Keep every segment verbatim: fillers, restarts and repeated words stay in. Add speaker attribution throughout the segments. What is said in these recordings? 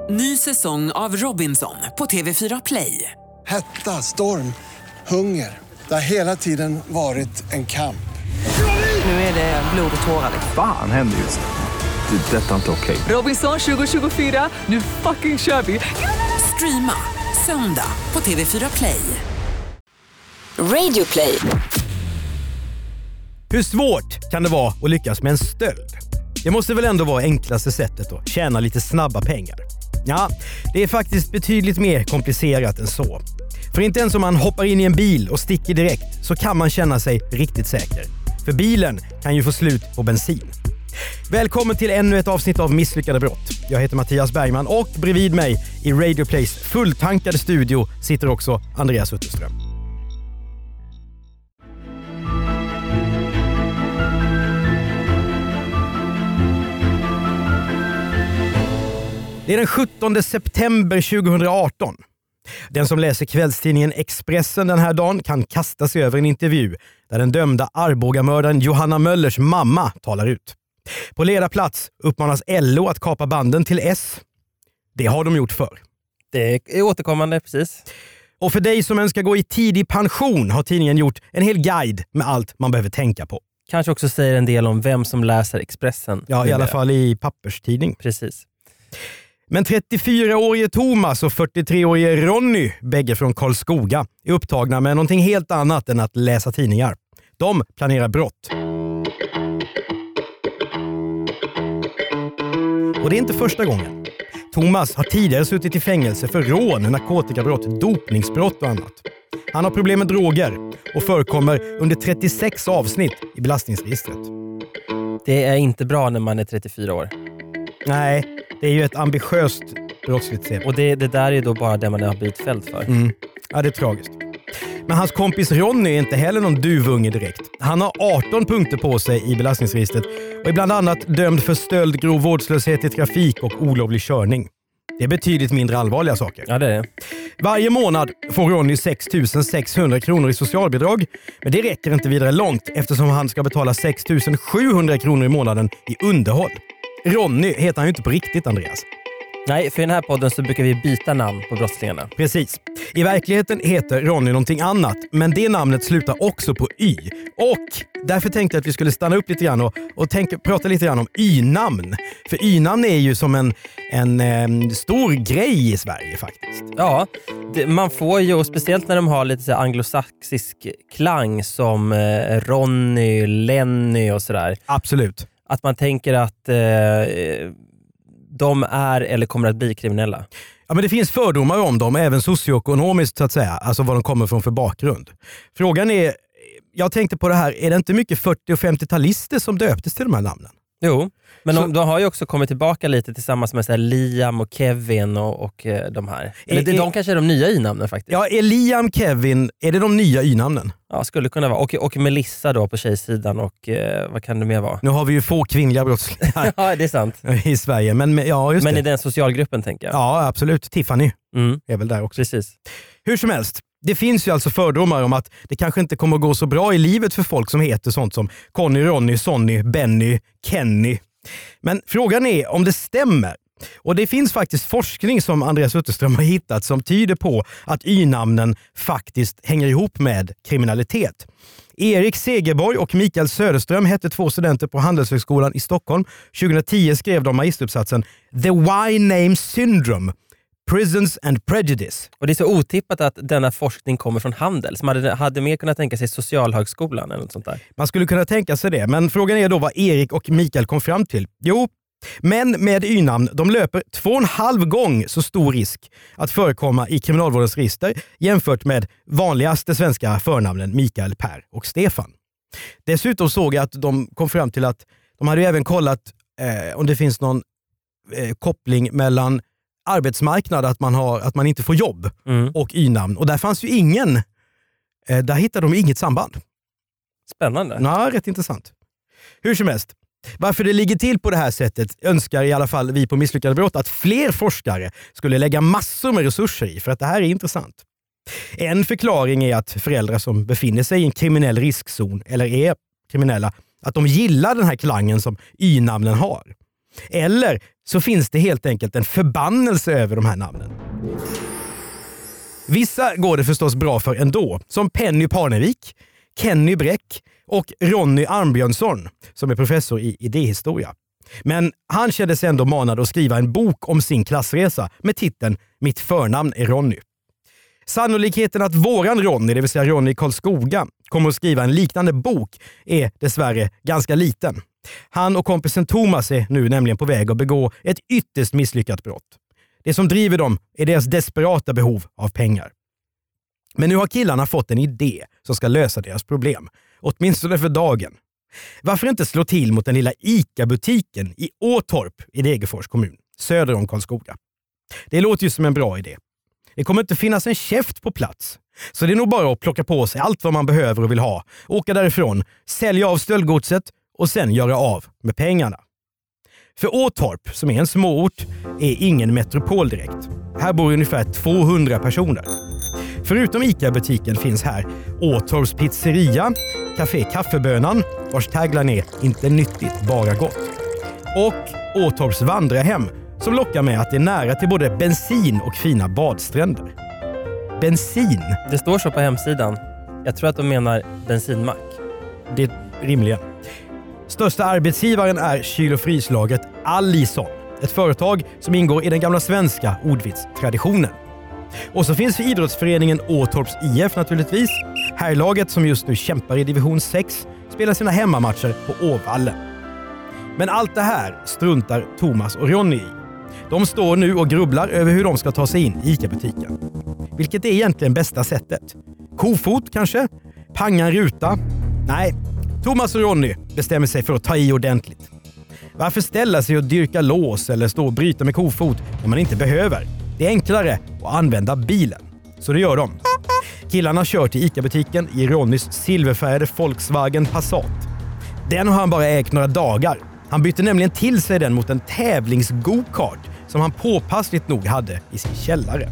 Speaker 1: Ny säsong av Robinson på T V fyra Play.
Speaker 2: Hetta, storm, hunger. Det har hela tiden varit en kamp.
Speaker 1: Nu är det blod och tårar.
Speaker 3: Fan händer just det. Det är detta inte okej.
Speaker 1: Robinson tjugo tjugofyra, nu fucking kör vi. Streama söndag på T V fyra Play.
Speaker 4: Radio Play.
Speaker 5: Hur svårt kan det vara att lyckas med en stöld? Det måste väl ändå vara enklaste sättet att tjäna lite snabba pengar. Ja, det är faktiskt betydligt mer komplicerat än så. För inte ens om man hoppar in i en bil och sticker direkt så kan man känna sig riktigt säker. För bilen kan ju få slut på bensin. Välkommen till ännu ett avsnitt av Misslyckade brott. Jag heter Mattias Bergman och bredvid mig i Radio Plays fulltankade studio sitter också Andreas Utterström. Det är den sjuttonde september tjugohundraarton. Den som läser kvällstidningen Expressen den här dagen kan kasta sig över en intervju där den dömda Arbogamördaren Johanna Möllers mamma talar ut. På ledarplats uppmanas L O att kapa banden till S. Det har de gjort förr.
Speaker 6: Det är återkommande, precis.
Speaker 5: Och för dig som önskar gå i tidig pension har tidningen gjort en hel guide med allt man behöver tänka på.
Speaker 6: Kanske också säger en del om vem som läser Expressen.
Speaker 5: Ja, i alla fall i papperstidning.
Speaker 6: Precis.
Speaker 5: Men trettiofyraårige Thomas och fyrtiotreårige Ronny, bägge från Karlskoga, är upptagna med någonting helt annat än att läsa tidningar. De planerar brott. Och det är inte första gången. Thomas har tidigare suttit i fängelse för rån, narkotikabrott, dopningsbrott och annat. Han har problem med droger och förekommer under trettiosex avsnitt i belastningsregistret.
Speaker 6: Det är inte bra när man är trettiofyra år.
Speaker 5: Nej, det är ju ett ambitiöst brottsligt C V.
Speaker 6: Och det, det där är då bara det man har blivit fällt för.
Speaker 5: Mm. Ja, det är tragiskt. Men hans kompis Ronny är inte heller någon duvunge direkt. Han har arton punkter på sig i belastningsregistret och är bland annat dömd för stöld, grov vårdslöshet i trafik och olovlig körning. Det är betydligt mindre allvarliga saker.
Speaker 6: Ja, det är det.
Speaker 5: Varje månad får Ronny sex tusen sexhundra kronor i socialbidrag. Men det räcker inte vidare långt eftersom han ska betala sex tusen sjuhundra kronor i månaden i underhåll. Ronny heter han ju inte på riktigt, Andreas.
Speaker 6: Nej, för i den här podden så brukar vi byta namn på brottslingarna.
Speaker 5: Precis. I verkligheten heter Ronny någonting annat, men det namnet slutar också på Y. Och därför tänkte jag att vi skulle stanna upp lite grann och, och tänka, prata lite grann om Y-namn. För Y-namn är ju som en, en eh, stor grej i Sverige faktiskt.
Speaker 6: Ja, det, man får ju, och speciellt när de har lite så här anglosaxisk klang som eh, Ronny, Lenny och sådär.
Speaker 5: Absolut.
Speaker 6: Att man tänker att eh, de är eller kommer att bli kriminella.
Speaker 5: Ja, men det finns fördomar om dem, även socioekonomiskt så att säga. Alltså vad de kommer från för bakgrund. Frågan är, jag tänkte på det här, är det inte mycket fyrtio- och femtio-talister som döptes till de här namnen?
Speaker 6: Jo, men
Speaker 5: så,
Speaker 6: de, de har ju också kommit tillbaka lite tillsammans med så här Liam och Kevin och, och eh, de här. Eller är, de är, kanske är de nya Y-namnen faktiskt.
Speaker 5: Ja, är Liam, Kevin, är det de nya Y-namnen?
Speaker 6: Ja, skulle kunna vara. Och, och Melissa då på tjejsidan och eh, vad kan det mer vara?
Speaker 5: Nu har vi ju få kvinnliga brottslingar.
Speaker 6: Ja, det är sant.
Speaker 5: I Sverige, men ja, just
Speaker 6: Men
Speaker 5: det.
Speaker 6: i den socialgruppen tänker jag.
Speaker 5: Ja, absolut. Tiffany
Speaker 6: mm.
Speaker 5: är väl där också.
Speaker 6: Precis.
Speaker 5: Hur som helst, det finns ju alltså fördomar om att det kanske inte kommer att gå så bra i livet för folk som heter sånt som Conny, Ronny, Sonny, Benny, Kenny. Men frågan är om det stämmer. Och det finns faktiskt forskning som Andreas Utterström har hittat som tyder på att Y-namnen faktiskt hänger ihop med kriminalitet. Erik Segerborg och Mikael Söderström hette två studenter på Handelshögskolan i Stockholm. tjugohundratio skrev de magisteruppsatsen The Why Name Syndrome, Prisons and Prejudice.
Speaker 6: Och det är så otippat att denna forskning kommer från Handels. Man hade, hade mer kunnat tänka sig Socialhögskolan eller något sånt där.
Speaker 5: Man skulle kunna tänka sig det, men frågan är då vad Erik och Mikael kom fram till. Jo, men med Y-namn, de löper två och en halv gång så stor risk att förekomma i kriminalvårdens register jämfört med vanligaste svenska förnamnen Mikael, Per och Stefan. Dessutom såg jag att de kom fram till att de hade även kollat eh, om det finns någon eh, koppling mellan arbetsmarknad, att man, har, att man inte får jobb mm. och Y-namn. Och där fanns ju ingen, eh, där hittade de inget samband.
Speaker 6: Spännande.
Speaker 5: Ja, rätt intressant. Hur som helst, varför det ligger till på det här sättet önskar i alla fall vi på Misslyckade brott att fler forskare skulle lägga massor med resurser i, för att det här är intressant. En förklaring är att föräldrar som befinner sig i en kriminell riskzon eller är kriminella, att de gillar den här klangen som Y-namnen har. Eller så finns det helt enkelt en förbannelse över de här namnen. Vissa går det förstås bra för ändå, som Penny Parnevik, Kenny Bräck och Ronny Armbjörnsson som är professor i idéhistoria. Men han kände sig ändå manad att skriva en bok om sin klassresa med titeln Mitt förnamn är Ronny. Sannolikheten att våran Ronny, det vill säga Ronny Karlskoga, kommer att skriva en liknande bok är dessvärre ganska liten. Han och kompisen Thomas är nu nämligen på väg att begå ett ytterst misslyckat brott. Det som driver dem är deras desperata behov av pengar. Men nu har killarna fått en idé som ska lösa deras problem, åtminstone för dagen. Varför inte slå till mot den lilla ICA-butiken i Åtorp i Degerfors kommun, söder om Karlskoga? Det låter ju som en bra idé. Det kommer inte finnas en käft på plats. Så det är nog bara att plocka på sig allt vad man behöver och vill ha, åka därifrån, sälja av stöldgodset och sen göra av med pengarna. För Åtorp, som är en småort, är ingen metropol direkt. Här bor ungefär tvåhundra personer. Förutom ICA-butiken finns här Åtorps pizzeria, Café Kaffebönan, vars tagline är inte nyttigt, bara gott. Och Åtorps vandrarhem, som lockar med att det är nära till både bensin och fina badstränder. Bensin?
Speaker 6: Det står så på hemsidan. Jag tror att de menar bensinmack.
Speaker 5: Det är rimligen. Största arbetsgivaren är kyl- och fryslagret Allison. Ett företag som ingår i den gamla svenska ordvitstraditionen. Och så finns idrottsföreningen Åtorps I F naturligtvis. Herrlaget som just nu kämpar i division sex spelar sina hemmamatcher på Åvallen. Men allt det här struntar Thomas och Ronny i. De står nu och grubblar över hur de ska ta sig in i ICA-butiken. Vilket är egentligen bästa sättet? Kofot kanske? Panga en ruta? Nej, Thomas och Ronny bestämmer sig för att ta i ordentligt. Varför ställa sig och dyrka lås eller stå och bryta med kofot när man inte behöver? Det är enklare att använda bilen. Så det gör de. Killarna kör till ICA-butiken i Ronnys silverfärgade Volkswagen Passat. Den har han bara ägt några dagar. Han bytte nämligen till sig den mot en tävlings-go-kart som han påpassligt nog hade i sin källare.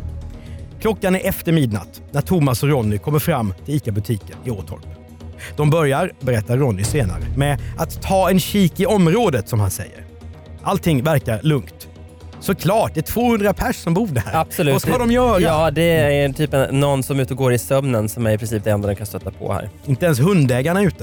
Speaker 5: Klockan är efter midnatt när Thomas och Ronny kommer fram till ICA-butiken i Åtorp. De börjar, berättar Ronny senare, med att ta en kik i området som han säger. Allting verkar lugnt. Såklart, det är tvåhundra pers som bor där.
Speaker 6: Absolut.
Speaker 5: Vad ska de göra?
Speaker 6: Ja, det är typ en, någon som är ute och går i sömnen som är i princip det enda de kan stötta på här.
Speaker 5: Inte ens hundägarna är ute.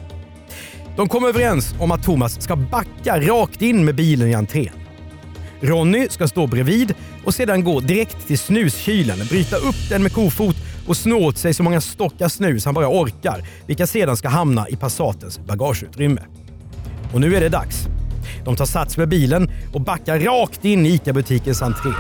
Speaker 5: De kommer överens om att Thomas ska backa rakt in med bilen i entrén. Ronny ska stå bredvid och sedan gå direkt till snuskylen, bryta upp den med kofot och snå åt sig så många stockar snus han bara orkar, vilka sedan ska hamna i Passatens bagageutrymme. Och nu är det dags. De tar sats med bilen och backar rakt in i ICA-butikens entré.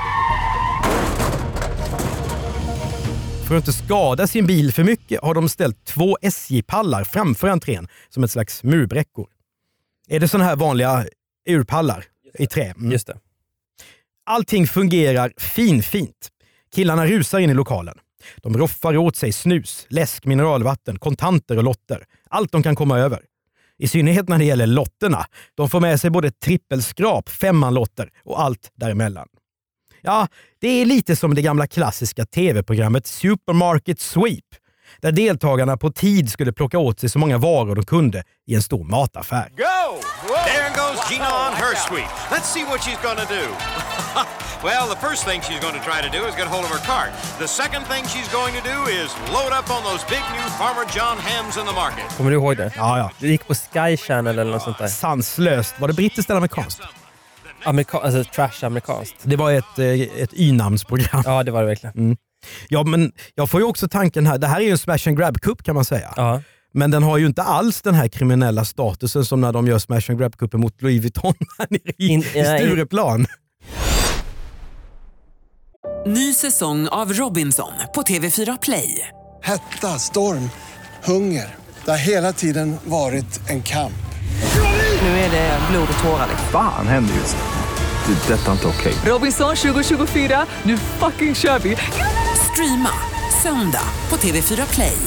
Speaker 5: För att inte skada sin bil för mycket har de ställt två S J-pallar framför entrén som ett slags murbräckor. Är det såna här vanliga urpallar i trä? Mm.
Speaker 6: Just det.
Speaker 5: Allting fungerar finfint. Killarna rusar in i lokalen. De roffar åt sig snus, läsk, mineralvatten, kontanter och lotter. Allt de kan komma över. I synnerhet när det gäller lotterna. De får med sig både trippelskrap, femmanlotter och allt däremellan. Ja, det är lite som det gamla klassiska tv-programmet Supermarket Sweep. Där deltagarna på tid skulle plocka åt sig så många varor de kunde i en stor mataffär.
Speaker 7: Go! There goes Gina on her sweep. Let's see what she's gonna do. Well, the first thing she's going to try to do is get hold of her cart. The second thing she's going to do is load up on those big new Farmer John hams in the market.
Speaker 6: Kommer du ihåg det?
Speaker 5: Ja, ja.
Speaker 6: Det gick på Sky Channel eller något sånt där.
Speaker 5: Sanslöst. Var det brittiskt eller amerikanskt?
Speaker 6: Amerika- alltså trash-amerikanskt.
Speaker 5: Det var ett, ett y-namnsprogram.
Speaker 6: Ja, det var det verkligen.
Speaker 5: Mm. Ja, men jag får ju också tanken här. Det här är ju en smash and grab cup kan man säga.
Speaker 6: Ja.
Speaker 5: Men den har ju inte alls den här kriminella statusen som när de gör smash and grab cupen mot Louis Vuitton här nere i,
Speaker 6: In,
Speaker 5: i Stureplan.
Speaker 1: Ny säsong av Robinson på T V fyra Play.
Speaker 2: Hetta, storm, hunger. Det har hela tiden varit en kamp.
Speaker 1: Nu är det blod och tårar.
Speaker 3: Fan händer just det. Det är detta inte okej.
Speaker 1: Robinson tjugo tjugofyra, nu fucking kör vi. Streama söndag på T V fyra Play.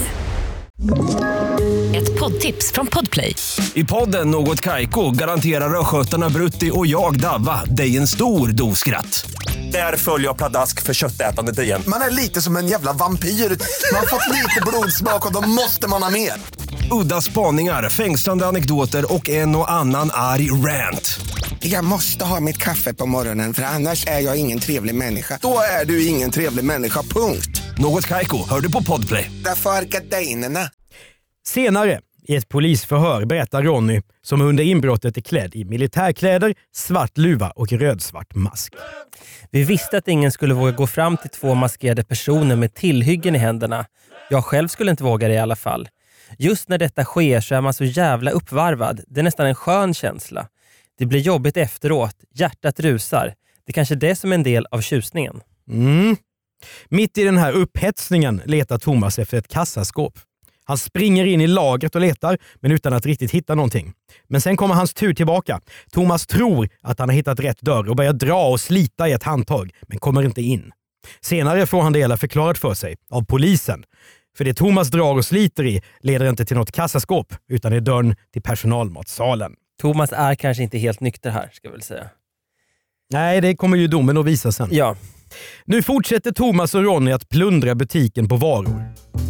Speaker 4: Ett poddtips från Podplay.
Speaker 8: I podden Något Kaiko garanterar röskötarna Brutti och jag Davva dig en stor doskratt. Där följer jag pladask för köttätandet igen.
Speaker 9: Man är lite som en jävla vampyr. Man har fått lite blodsmak och då måste man ha mer.
Speaker 8: Udda spaningar, fängslande anekdoter och en och annan arg rant.
Speaker 9: Jag måste ha mitt kaffe på morgonen för annars är jag ingen trevlig människa. Då är du ingen trevlig människa, punkt.
Speaker 8: Något Kaiko, hör du på Podplay.
Speaker 9: Därför är gardinerna.
Speaker 5: Senare i ett polisförhör berättar Ronny, som under inbrottet är klädd i militärkläder, svart luva och rödsvart mask.
Speaker 6: Vi visste att ingen skulle våga gå fram till två maskerade personer med tillhyggen i händerna. Jag själv skulle inte våga det i alla fall. Just när detta sker så är man så jävla uppvarvad. Det är nästan en skön känsla. Det blir jobbigt efteråt. Hjärtat rusar. Det är kanske det som är en del av tjusningen.
Speaker 5: Mm. Mitt i den här upphetsningen letar Thomas efter ett kassaskåp. Han springer in i lagret och letar, men utan att riktigt hitta någonting. Men sen kommer hans tur tillbaka. Thomas tror att han har hittat rätt dörr och börjar dra och slita i ett handtag, men kommer inte in. Senare får han det hela förklarat för sig av polisen. För det Thomas drar och sliter i leder inte till något kassaskåp, utan är dörren till personalmatsalen.
Speaker 6: Thomas är kanske inte helt nykter här, ska jag väl säga.
Speaker 5: Nej, det kommer ju domen att visa sen.
Speaker 6: Ja.
Speaker 5: Nu fortsätter Thomas och Ronny att plundra butiken på varor.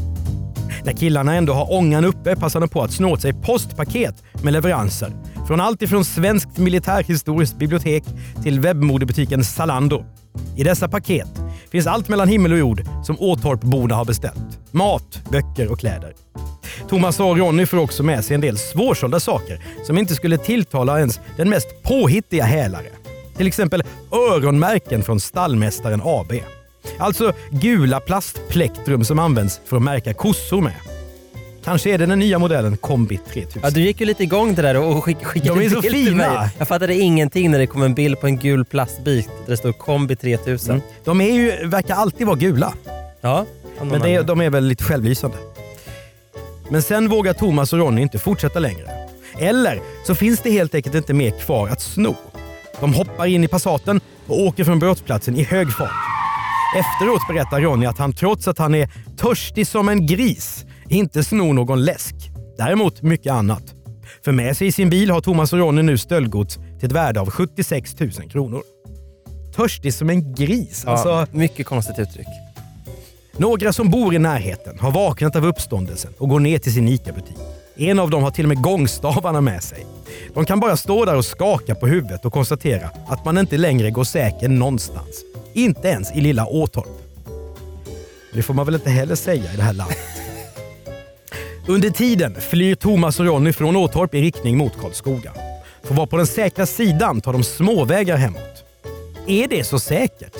Speaker 5: När killarna ändå har ångan uppe passar de på att snå åt sig postpaket med leveranser. Från allt ifrån Svenskt militärhistoriskt bibliotek till webbmodebutiken Zalando. I dessa paket finns allt mellan himmel och jord som Åtorpborna har beställt. Mat, böcker och kläder. Thomas och Ronny får också med sig en del svårsålda saker som inte skulle tilltala ens den mest påhittiga hälare. Till exempel öronmärken från Stallmästaren A B. Alltså gula plastplektrum som används för att märka kossor med. Kanske är det den nya modellen Kombi tre tusen.
Speaker 6: Ja, du gick ju lite igång det där och skick, skickade
Speaker 5: De är så fina.
Speaker 6: Jag fattade ingenting när det kom en bild på en gul plastbit där det står Kombi tre tusen.
Speaker 5: Mm. De är ju, verkar alltid vara gula.
Speaker 6: Ja.
Speaker 5: Men det, de är väl lite självlysande. Men sen vågar Thomas och Ronny inte fortsätta längre. Eller så finns det helt enkelt inte mer kvar att sno. De hoppar in i Passaten och åker från brottsplatsen i hög fart. Efteråt berättar Ronny att han trots att han är törstig som en gris inte snor någon läsk. Däremot mycket annat. För med sig i sin bil har Thomas och Ronny nu stöldgods till ett värde av sjuttiosex tusen kronor. Törstig som en gris.
Speaker 6: Ja,
Speaker 5: alltså...
Speaker 6: mycket konstigt uttryck.
Speaker 5: Några som bor i närheten har vaknat av uppståndelsen och går ner till sin ICA-butik. En av dem har till och med gångstavarna med sig. De kan bara stå där och skaka på huvudet och konstatera att man inte längre går säker någonstans. Inte ens i lilla Åtorp. Det får man väl inte heller säga i det här landet. Under tiden flyr Thomas och Ronny från Åtorp i riktning mot Karlskoga. För att vara på den säkra sidan tar de småvägar hemåt. Är det så säkert?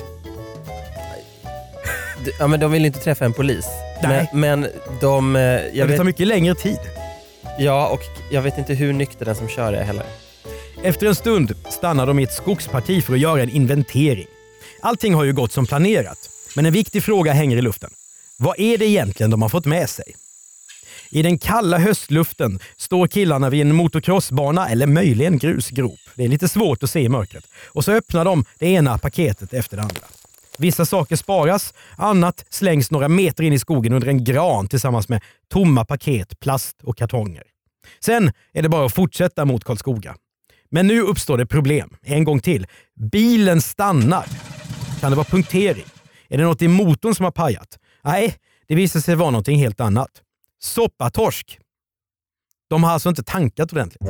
Speaker 6: Ja, men de vill inte träffa en polis.
Speaker 5: Nej.
Speaker 6: Men, men de... Jag
Speaker 5: men det
Speaker 6: vet,
Speaker 5: tar mycket längre tid.
Speaker 6: Ja, och jag vet inte hur nykter den som kör är heller.
Speaker 5: Efter en stund stannar de i ett skogsparti för att göra en inventering. Allting har ju gått som planerat, men en viktig fråga hänger i luften. Vad är det egentligen de har fått med sig? I den kalla höstluften står killarna vid en motocrossbana eller möjligen grusgrop. Det är lite svårt att se i mörkret. Och så öppnar de det ena paketet efter det andra. Vissa saker sparas, annat slängs några meter in i skogen under en gran tillsammans med tomma paket, plast och kartonger. Sen är det bara att fortsätta mot Karlskoga. Men nu uppstår det problem. En gång till. Bilen stannar. Kan det vara punktering? Är det något i motorn som har pajat? Nej, det visar sig vara någonting helt annat. Soppatorsk. De har alltså inte tankat ordentligt.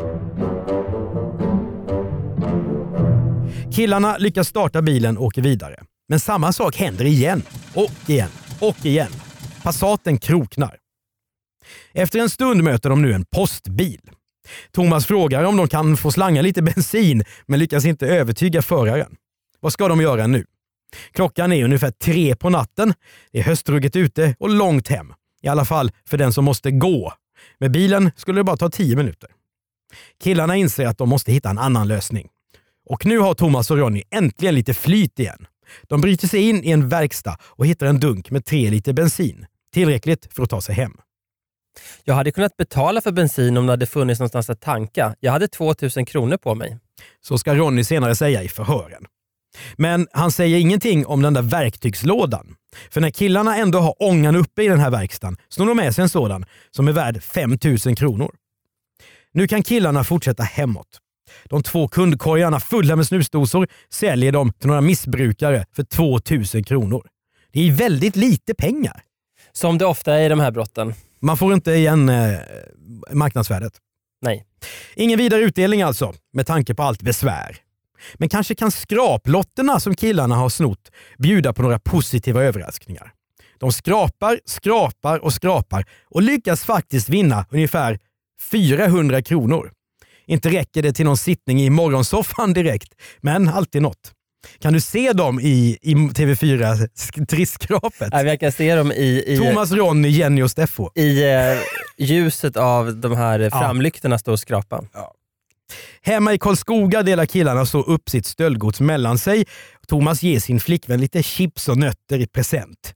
Speaker 5: Killarna lyckas starta bilen och åker vidare. Men samma sak händer igen. Och igen. Och igen. Passaten kroknar. Efter en stund möter de nu en postbil. Thomas frågar om de kan få slanga lite bensin men lyckas inte övertyga föraren. Vad ska de göra nu? Klockan är ungefär tre på natten. Det är höstrugget ute och långt hem. I alla fall för den som måste gå. Med bilen skulle det bara ta tio minuter. Killarna inser att de måste hitta en annan lösning. Och nu har Thomas och Ronny äntligen lite flyt igen. De bryter sig in i en verkstad och hittar en dunk med tre liter bensin. Tillräckligt för att ta sig hem.
Speaker 6: Jag hade kunnat betala för bensin om det hade funnits någonstans att tanka. Jag hade tvåtusen kronor på mig.
Speaker 5: Så ska Ronny senare säga i förhören. Men han säger ingenting om den där verktygslådan. För när killarna ändå har ångan uppe i den här verkstaden snor de med sig en sådan som är värd fem tusen kronor. Nu kan killarna fortsätta hemåt. De två kundkorgarna fulla med snusdosor säljer de till några missbrukare för tvåtusen kronor. Det är väldigt lite pengar.
Speaker 6: Som det ofta är i de här brotten.
Speaker 5: Man får inte igen eh, marknadsvärdet.
Speaker 6: Nej.
Speaker 5: Ingen vidare utdelning alltså, med tanke på allt besvär. Men kanske kan skraplotterna som killarna har snott bjuda på några positiva överraskningar. De skrapar, skrapar och skrapar och lyckas faktiskt vinna ungefär fyrahundra kronor. Inte räcker det till någon sittning i morgonsoffan direkt, men alltid något. Kan du se dem i, i T V fyra triskskrapet?
Speaker 6: Nej, jag kan se dem i... i
Speaker 5: Thomas, Ronny, Jenny och Steffo.
Speaker 6: I eh, ljuset av de här framlyktorna står och skrapa.
Speaker 5: Ja. Hemma i Karlskoga delar killarna så upp sitt stöldgods mellan sig. Thomas ger sin flickvän lite chips och nötter i present.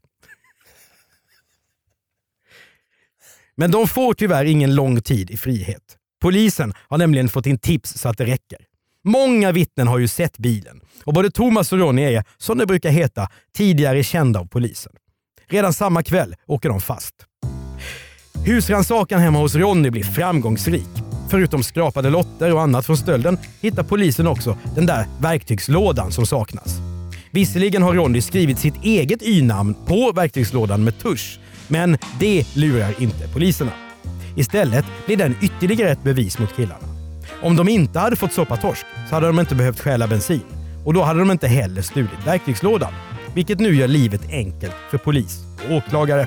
Speaker 5: Men de får tyvärr ingen lång tid i frihet. Polisen har nämligen fått in tips så att det räcker. Många vittnen har ju sett bilen och både Thomas och Ronny är, som det brukar heta, tidigare kända av polisen. Redan samma kväll åker de fast. Husrannsakan hemma hos Ronny blir framgångsrik. Förutom skrapade lotter och annat från stölden hittar polisen också den där verktygslådan som saknas. Visserligen har Ronny skrivit sitt eget y-namn på verktygslådan med tusch, men det lurar inte poliserna. Istället blir den ytterligare ett bevis mot killarna. Om de inte hade fått soppatorsk så hade de inte behövt stjäla bensin. Och då hade de inte heller stulit verktygslådan. Vilket nu gör livet enkelt för polis och åklagare.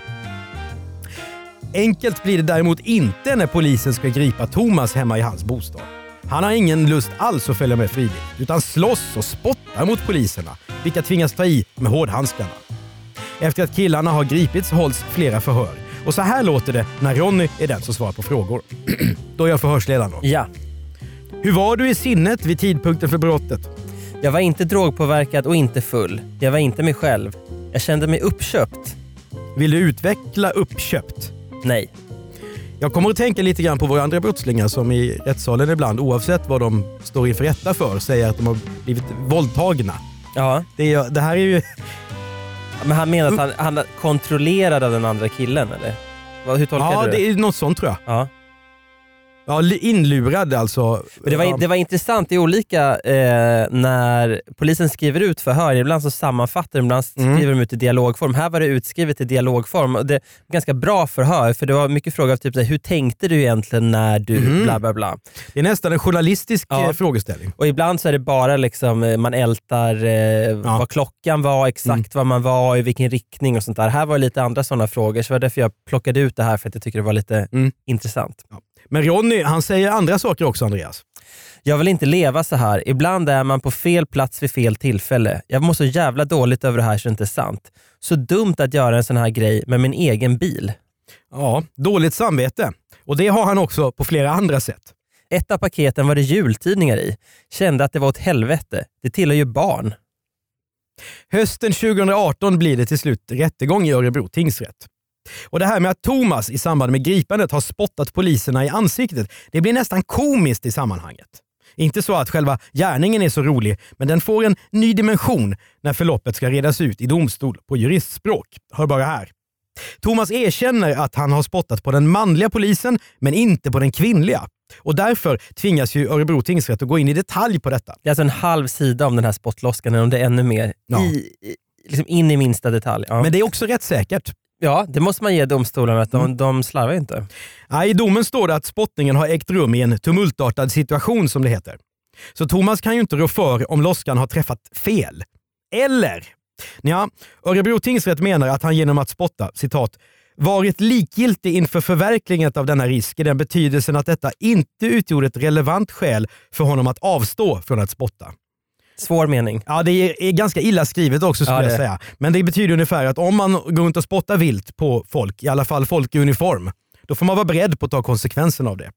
Speaker 5: Enkelt blir det däremot inte när polisen ska gripa Thomas hemma i hans bostad. Han har ingen lust alls att följa med frivilligt, utan slåss och spottar mot poliserna, vilka tvingas ta i med hårdhandskarna. Efter att killarna har gripits hålls flera förhör. Och så här låter det när Ronny är den som svarar på frågor. Då är jag förhörsledaren då.
Speaker 6: Ja.
Speaker 5: Hur var du i sinnet vid tidpunkten för brottet?
Speaker 6: Jag var inte drogpåverkad och inte full. Jag var inte mig själv. Jag kände mig uppköpt.
Speaker 5: Vill du utveckla uppköpt?
Speaker 6: Nej.
Speaker 5: Jag kommer att tänka lite grann på våra andra brottslingar som i rättssalen ibland, oavsett vad de står inför rätta för, säger att de har blivit våldtagna.
Speaker 6: Ja.
Speaker 5: Det, är, det här är ju...
Speaker 6: Men han menar att han, han kontrollerade av den andra killen, eller? Hur tolkar
Speaker 5: ja,
Speaker 6: du det?
Speaker 5: Ja, det är något sånt tror jag.
Speaker 6: Ja.
Speaker 5: Ja, inlurad alltså.
Speaker 6: Men det, var, det var intressant, det är olika eh, när polisen skriver ut förhör. Ibland så sammanfattar de, ibland skriver mm. de ut i dialogform. Här var det utskrivet i dialogform. Och det är ganska bra förhör, för det var mycket frågor av typ hur tänkte du egentligen när du mm. bla bla bla.
Speaker 5: Det är nästan en journalistisk
Speaker 6: ja.
Speaker 5: frågeställning.
Speaker 6: Och ibland så är det bara liksom, man ältar eh, ja. vad klockan var, exakt mm. vad man var, i vilken riktning och sånt där. Här var det lite andra sådana frågor, så det var därför jag plockade ut det här, för att jag tycker det var lite mm. intressant. Ja.
Speaker 5: Men Ronny, han säger andra saker också, Andreas.
Speaker 6: Jag vill inte leva så här. Ibland är man på fel plats vid fel tillfälle. Jag mår så jävla dåligt över det här så det inte är sant. Så dumt att göra en sån här grej med min egen bil.
Speaker 5: Ja, dåligt samvete. Och det har han också på flera andra sätt.
Speaker 6: Ett av paketen var det jultidningar i. Kände att det var åt helvete. Det tillhör ju barn.
Speaker 5: Hösten tjugohundraarton blir det till slut rättegång i Örebro tingsrätt. Och det här med att Thomas i samband med gripandet har spottat poliserna i ansiktet, det blir nästan komiskt i sammanhanget. Inte så att själva gärningen är så rolig, men den får en ny dimension när förloppet ska redas ut i domstol på juristspråk. Hör bara här. Thomas erkänner att han har spottat på den manliga polisen, men inte på den kvinnliga. Och därför tvingas ju Örebro tingsrätt att gå in i detalj på detta.
Speaker 6: Det är alltså en halv sida om den här spottloskan, eller om det är ännu mer. Ja. I, liksom in i minsta detalj. Ja.
Speaker 5: Men det är också rätt säkert.
Speaker 6: Ja, det måste man ge domstolarna, att de, mm. de slarvar inte.
Speaker 5: Ja, i domen står det att spottningen har ägt rum i en tumultartad situation, som det heter. Så Thomas kan ju inte rå för om loskan har träffat fel. Eller? Ja, Örebro tingsrätt menar att han genom att spotta, citat, varit likgiltig inför förverkligandet av denna risk i den betydelsen att detta inte utgjorde ett relevant skäl för honom att avstå från att spotta.
Speaker 6: Svår mening.
Speaker 5: Ja, det är, är ganska illa skrivet också, skulle ja, jag säga. Men det betyder ungefär att om man går runt och spottar vilt på folk, i alla fall folk i uniform, då får man vara beredd på att ta konsekvensen av det.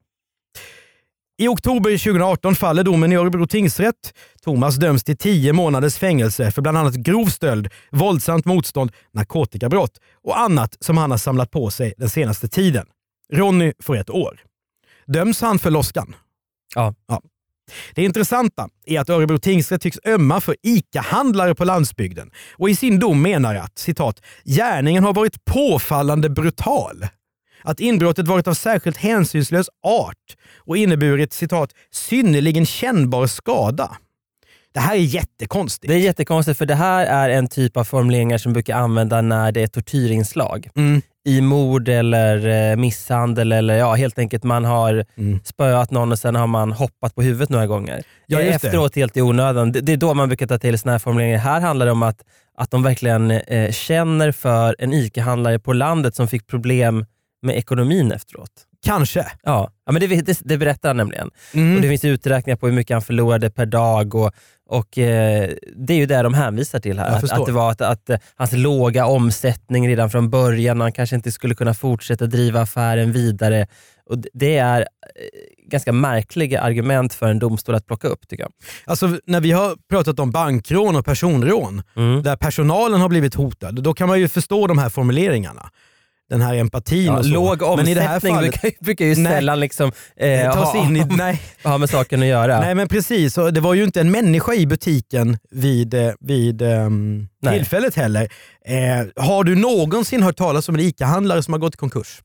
Speaker 5: I oktober tjugohundraarton faller domen i Örebro tingsrätt. Thomas döms till tio månaders fängelse för bland annat grov stöld, våldsamt motstånd, narkotikabrott och annat som han har samlat på sig den senaste tiden. Ronny får ett år. Döms han för loskan?
Speaker 6: Ja.
Speaker 5: Ja. Det intressanta är att Örebro tingsrätt tycks ömma för ICA-handlare på landsbygden och i sin dom menar att, citat, gärningen har varit påfallande brutal. Att inbrottet varit av särskilt hänsynslös art och inneburit, citat, synnerligen kännbar skada. Det här är jättekonstigt.
Speaker 6: Det är jättekonstigt för det här är en typ av formuleringar som brukar använda när det är tortyrinslag.
Speaker 5: Mm.
Speaker 6: I mord eller eh, misshandel eller ja, helt enkelt man har
Speaker 5: mm.
Speaker 6: spöat någon och sen har man hoppat på huvudet några gånger.
Speaker 5: Ja, just
Speaker 6: Efteråt
Speaker 5: det.
Speaker 6: helt i onödan. Det, det är då man brukar ta till såna här formuleringar. Här handlar det om att, att de verkligen eh, känner för en ICA-handlare på landet som fick problem med ekonomin efteråt.
Speaker 5: Kanske.
Speaker 6: Ja, ja men det, det, det berättar han nämligen.
Speaker 5: Mm.
Speaker 6: Och det finns uträkningar på hur mycket han förlorade per dag och, och eh, det är ju det de hänvisar till här. Att, att det var att, att, att hans låga omsättning redan från början, han kanske inte skulle kunna fortsätta driva affären vidare. Och det är ganska märkliga argument för en domstol att plocka upp, tycker jag.
Speaker 5: Alltså när vi har pratat om bankrån och personrån, mm. där personalen har blivit hotad, då kan man ju förstå de här formuleringarna. Den här empatin
Speaker 6: ja,
Speaker 5: och så.
Speaker 6: Låg omsättning
Speaker 5: men i det här fallet,
Speaker 6: brukar, brukar ju
Speaker 5: nej,
Speaker 6: sällan liksom, eh,
Speaker 5: tas
Speaker 6: ha,
Speaker 5: in i, nej.
Speaker 6: ha med saken att göra.
Speaker 5: Nej men precis, och det var ju inte en människa i butiken vid, vid um, tillfället heller. Eh, har du någonsin hört talas om en ICA-handlare som har gått i konkurs?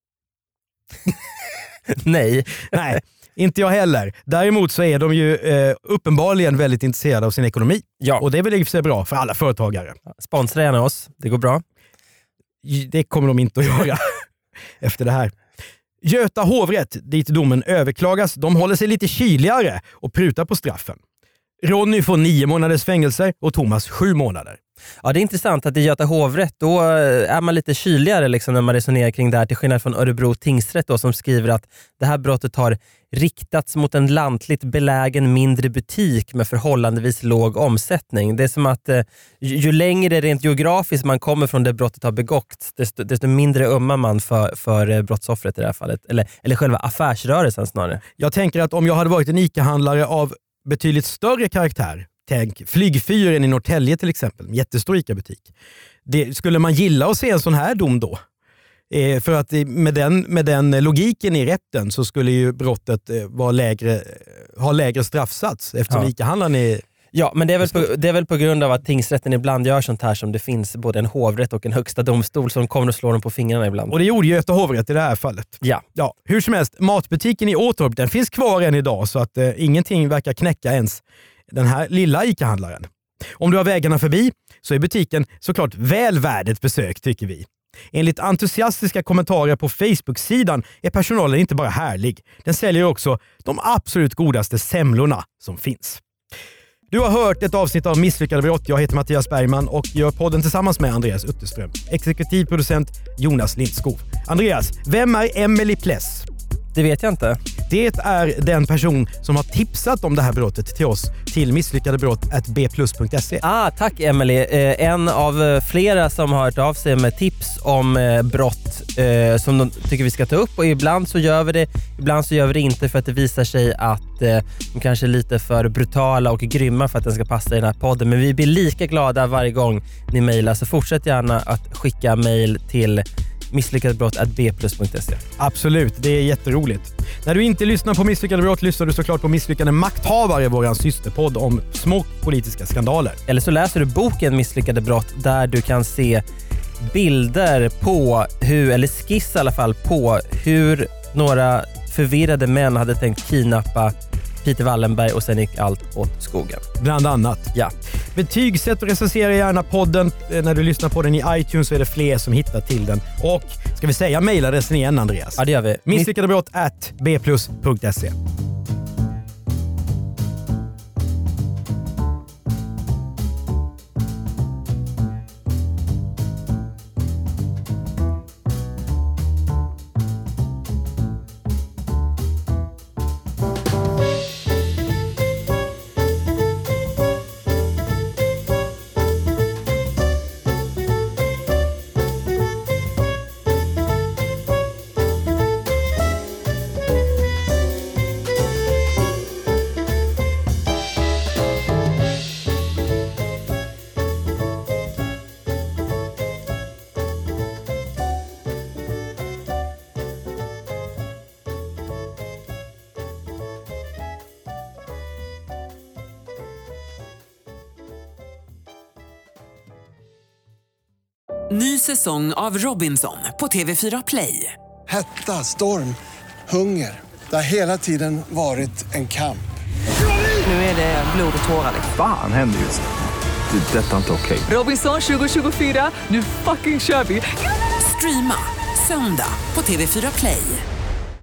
Speaker 6: Nej.
Speaker 5: Nej, inte jag heller. Däremot så är de ju eh, uppenbarligen väldigt intresserade av sin ekonomi.
Speaker 6: Ja.
Speaker 5: Och det är väl i och för sig bra för alla företagare.
Speaker 6: Sponsra gärna oss, det går bra.
Speaker 5: Det kommer de inte att göra efter det här. Göta hovrätt, dit domen överklagas, de håller sig lite kyligare och prutar på straffen. Ronny får nio månaders fängelse och Thomas sju månader.
Speaker 6: Ja, det är intressant att i Göta hovrätt då är man lite kyligare liksom när man resonerar kring det här, till skillnad från Örebro tingsrätt då, som skriver att det här brottet har riktats mot en lantligt belägen mindre butik med förhållandevis låg omsättning. Det är som att eh, ju, ju längre rent geografiskt man kommer från det brottet har begått, desto, desto mindre ömmar man för, för brottsoffret i det här fallet. Eller, eller själva affärsrörelsen snarare.
Speaker 5: Jag tänker att om jag hade varit en ICA-handlare av betydligt större karaktär, tänk Flygfyren i Norrtälje till exempel, en jättestor ICA-butik. Det, skulle man gilla att se en sån här dom då? Eh, för att med den, med den logiken i rätten så skulle ju brottet eh, vara lägre, ha lägre straffsats eftersom ja. ICA-handlaren är...
Speaker 6: Ja, men det är, väl på, det är väl på grund av att tingsrätten ibland gör sånt här som det finns både en hovrätt och en högsta domstol som kommer att slå dem på fingrarna ibland.
Speaker 5: Och det gjorde ju Göta hovrätt i det här fallet.
Speaker 6: Ja.
Speaker 5: Ja, hur som helst, matbutiken i Åtorp, den finns kvar än idag så att eh, ingenting verkar knäcka ens den här lilla ICA-handlaren. Om du har vägarna förbi så är butiken såklart väl värd ett besök, tycker vi. Enligt entusiastiska kommentarer på Facebook-sidan är personalen inte bara härlig. Den säljer också de absolut godaste semlorna som finns. Du har hört ett avsnitt av Misslyckade brott. Jag heter Mattias Bergman och gör podden tillsammans med Andreas Utterström. Exekutiv producent Jonas Lindskov. Andreas, vem är Emily Pless?
Speaker 6: Det vet jag inte.
Speaker 5: Det är den person som har tipsat om det här brottet till oss till misslyckadebrott at b plus punkt se.
Speaker 6: Ah, tack Emily. Eh, en av flera som har hört av sig med tips om eh, brott eh, som de tycker vi ska ta upp, och ibland så gör vi det, ibland så gör vi det inte för att det visar sig att eh, de kanske är lite för brutala och grymma för att den ska passa i den här podden. Men vi blir lika glada varje gång ni mejlar, så fortsätt gärna att skicka mejl till misslyckadebrott at b plus punkt se.
Speaker 5: Absolut, det är jätteroligt. När du inte lyssnar på Misslyckade brott lyssnar du såklart på Misslyckade makthavare, våran systerpodd om små politiska skandaler.
Speaker 6: Eller så läser du boken Misslyckade brott där du kan se bilder på hur, eller skiss i alla fall, på hur några förvirrade män hade tänkt kidnappa Peter Wallenberg och sen gick allt åt skogen.
Speaker 5: Bland annat.
Speaker 6: Ja.
Speaker 5: Betygsätt och recensera gärna podden. När du lyssnar på den i iTunes så är det fler som hittar till den. Och ska vi säga mejladressen igen, Andreas?
Speaker 6: Ja, det gör vi.
Speaker 5: misslyckadebrott at b plus punkt se.
Speaker 1: Ny säsong av Robinson på T V fyra Play.
Speaker 2: Hetta, storm, hunger. Det har hela tiden varit en kamp.
Speaker 1: Nu är det blod och tårar.
Speaker 3: Fan händer just det. Det är detta inte okej.
Speaker 1: Robinson tjugo tjugofyra, nu fucking kör vi!
Speaker 4: Streama söndag på T V fyra Play.